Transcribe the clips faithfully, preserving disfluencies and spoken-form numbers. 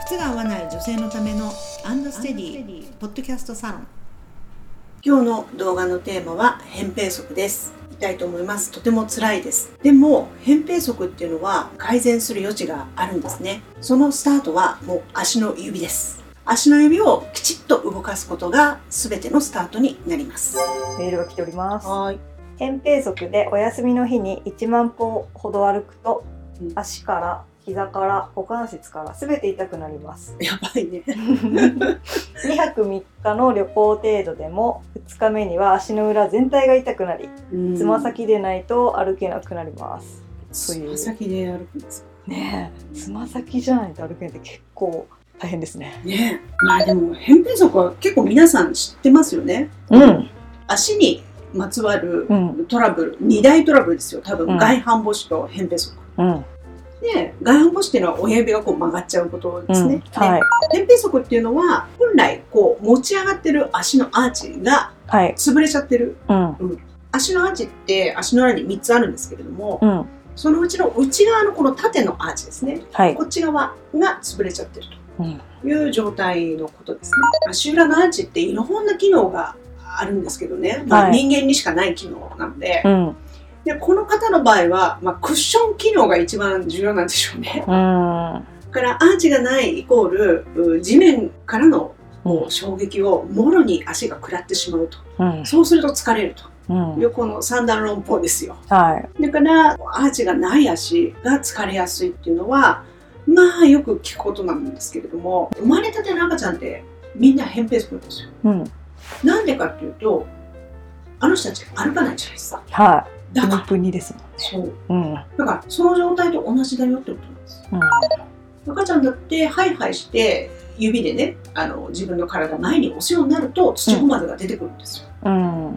靴が合わない女性のためのアンドステディポッドキャストサロン。 今日の動画のテーマは扁平足です。言いたいと思います。とても辛いです。でも扁平足っていうのは改善する余地があるんですね。そのスタートはもう足の指です。足の指をきちっと動かすことが全てのスタートになります。 メールが来ております。 はい。 扁平足でお休みの日にいちまん歩ほど歩くと、 うん、 足から膝から股関節からすべて痛くなります。 やばいね。 にはくみっかの旅行程度でもふつかめには足の裏全体が痛くなり、つま先でないと歩けなくなります。 つま先で歩くんですかねえ、つま先じゃないと歩けないって結構大変ですね。 ねえ、まあでも扁平足は結構皆さん知ってますよね。 うん。 足にまつわるトラブル、うん、に大トラブルですよ。多分、うん、外反母趾と扁平足。うん。で、外反母趾っていうのは親指がこう曲がっちゃうことですね。うん、はい。扁平足っていうのは本来こう持ち上がってる足のアーチが潰れちゃってる。はい、うんうん、足のアーチって足の裏にみっつあるんですけれども、うん、そのうちの内側のこの縦のアーチですね。はい、こっち側が潰れちゃってるという状態のことですね。足裏のアーチっていろんな機能があるんですけどね、まあ、人間にしかない機能なので。はい、うんでこの方の場合は、まあ、クッション機能が一番重要なんでしょうね。うん、だからアーチがないイコール地面からのもう衝撃をもろに足が食らってしまうと、うん、そうすると疲れるという、うん、この三段論法ですよ。はい、だからアーチがない足が疲れやすいっていうのはまあよく聞くことなんですけれども、生まれたての赤ちゃんってみんな扁平足なんですよ。うん、なんでかっていうとあの人たち歩かないじゃないですか。はいだからプニですもんね。 そう、うん、だからその状態と同じだよってことなんです、うん、赤ちゃんだってハイハイして指でねあの自分の体を前に押すようになると土踏まずが出てくるんですよ、うん、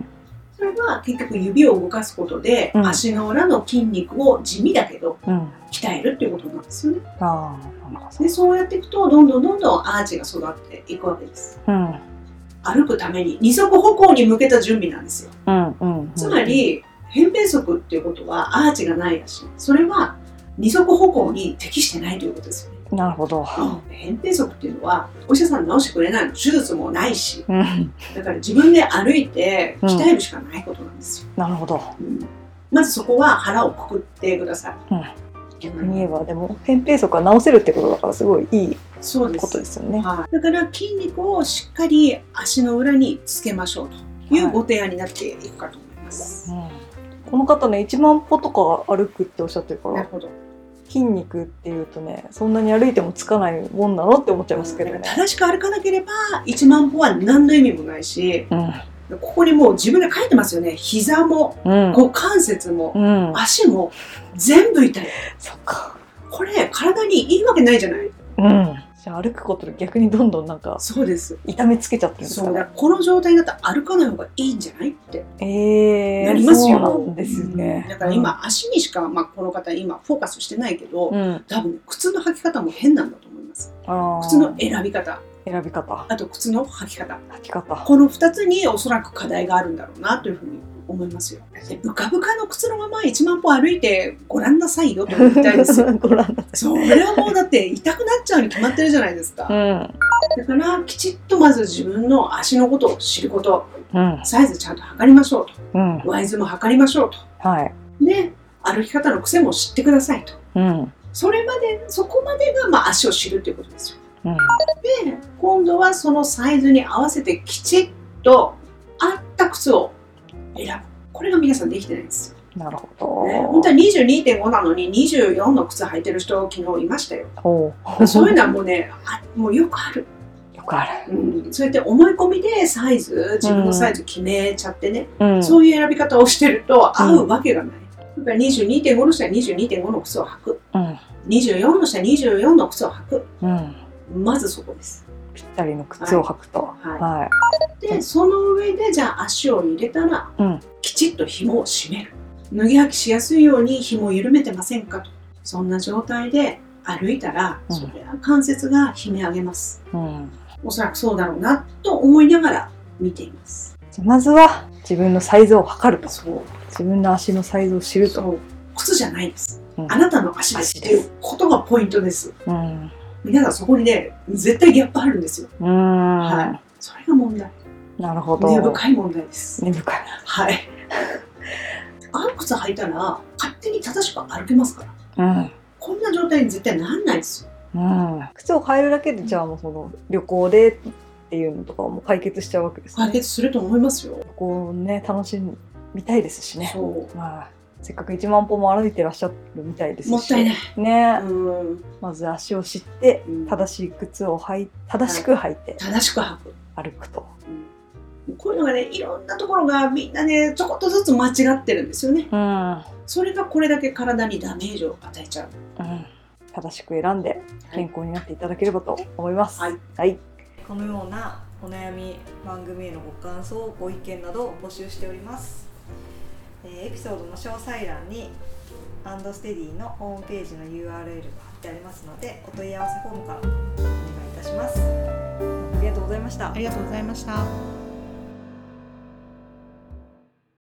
それは結局指を動かすことで、うん、足の裏の筋肉を地味だけど、うん、鍛えるっていうことなんですよね、あでそうやっていくとどんどんどんどんアーチが育っていくわけです、うん、歩くために二足歩行に向けた準備なんですよ、うんうんうん、つまり扁平足っていうことはアーチがない足、それは二足歩行に適してないということですよね。なるほど。扁平足っていうのはお医者さん治してくれないの、手術もないし、うん、だから自分で歩いて鍛えるしかないことなんですよ。うん、なるほど、うん。まずそこは腹をくくってください。うん、 逆に言えばでも扁平足は治せるってことだからすごいいいことですよね。 はい、だから筋肉をしっかり足の裏につけましょうというご提案になっていくかと思います。はい、うんこの方ねいちまん歩とか歩くっておっしゃってるから、なるほど筋肉っていうとねそんなに歩いてもつかないもんなのって思っちゃいますけどね。 正しく歩かなければいちまん歩は何の意味もないし、うん、ここにもう自分で書いてますよね。膝も、うん、股関節も、うん、足も全部痛い。そっかこれ体にいいわけないじゃない、うんじゃあ歩くことで逆にどんどんなんかそうです痛めつけちゃってるんですかね。 そうだこの状態だったら歩かない方がいいんじゃないって、 えー、 なりますよ。 そうなんですね。 だから今、うん、足にしか、まあ、この方今フォーカスしてないけど、うん、多分靴の履き方も変なんだと思います。靴の選び方選び方あと靴の履き方履き方このふたつにおそらく課題があるんだろうなというふうに思いますよ。でブカブカの靴のままいちまん歩歩いてごらんなさいよと思いたいですよ。ごらんなさい。それはもうだって痛くなっちゃうに決まってるじゃないですか、うん、だからきちっとまず自分の足のことを知ること、うん、サイズちゃんと測りましょうと、うん、ワイズも測りましょうと、はい、で歩き方の癖も知ってくださいと、うん、それまでそこまでがまあ足を知るということですよ、うん、で今度はそのサイズに合わせてきちっと合った靴を選ぶ。これが皆さんできてないんですよ。 なるほど、 ね、本当は にじゅうにてんご なのににじゅうよんの靴履いてる人昨日いましたよ。そういうのはもうねあもうよくあるよくある、 うん、そうやって思い込みでサイズ自分のサイズ決めちゃってね、うん、そういう選び方をしてると合うわけがない、うん、だから にじゅうにてんご の人は にじゅうにてんご の靴を履く、うん、にじゅうよんの人はにじゅうよんの靴を履く、うん、まずそこです。 ぴったりの靴を履くと、はいはいはい、 でその上でじゃあ足を入れたら、うん、きちっと紐を締める。脱ぎ履きしやすいように紐を緩めてませんかと。そんな状態で歩いたら、うん、それは関節が悲鳴上げます、うん、おそらくそうだろうなと思いながら見ています。 まずは自分のサイズを測ると。そう自分の足のサイズを知ると。 靴じゃないです、うん、あなたの足ですっていうことがポイントです、うん皆さんそこにね絶対ギャップあるんですよ。 うん、 はい、それが問題。 なるほど。 根深い問題です。 根深い。 はい。あの靴履いたら勝手に正しく歩けますから、うん、こんな状態に絶対ならないですよ。 うん、靴を変えるだけでじゃあもうその旅行でっていうのとかも解決しちゃうわけですね。 解決すると思いますよ。 旅行をね楽しみたいですしね。 そう、 まあ、せっかくいちまん歩も歩いてらっしゃるみたいですし、 もったいないね、 うん、 まず足を知って正しい靴を履い正しく履いて、 はい、正しく履く歩くと、 うん、こういうのがねいろんなところがみんなねちょこっとずつ間違ってるんですよね、うん、それがこれだけ体にダメージを与えちゃう、うん、 正しく選んで健康になっていただければと思います、はいはい、このようなお悩み番組へのご感想ご意見などを募集しております。エピソードの詳細欄にアンドステディのホームページの ユーアールエル が貼ってありますのでお問い合わせフォームからお願いいたします。ありがとうございました。 ありがとうございました。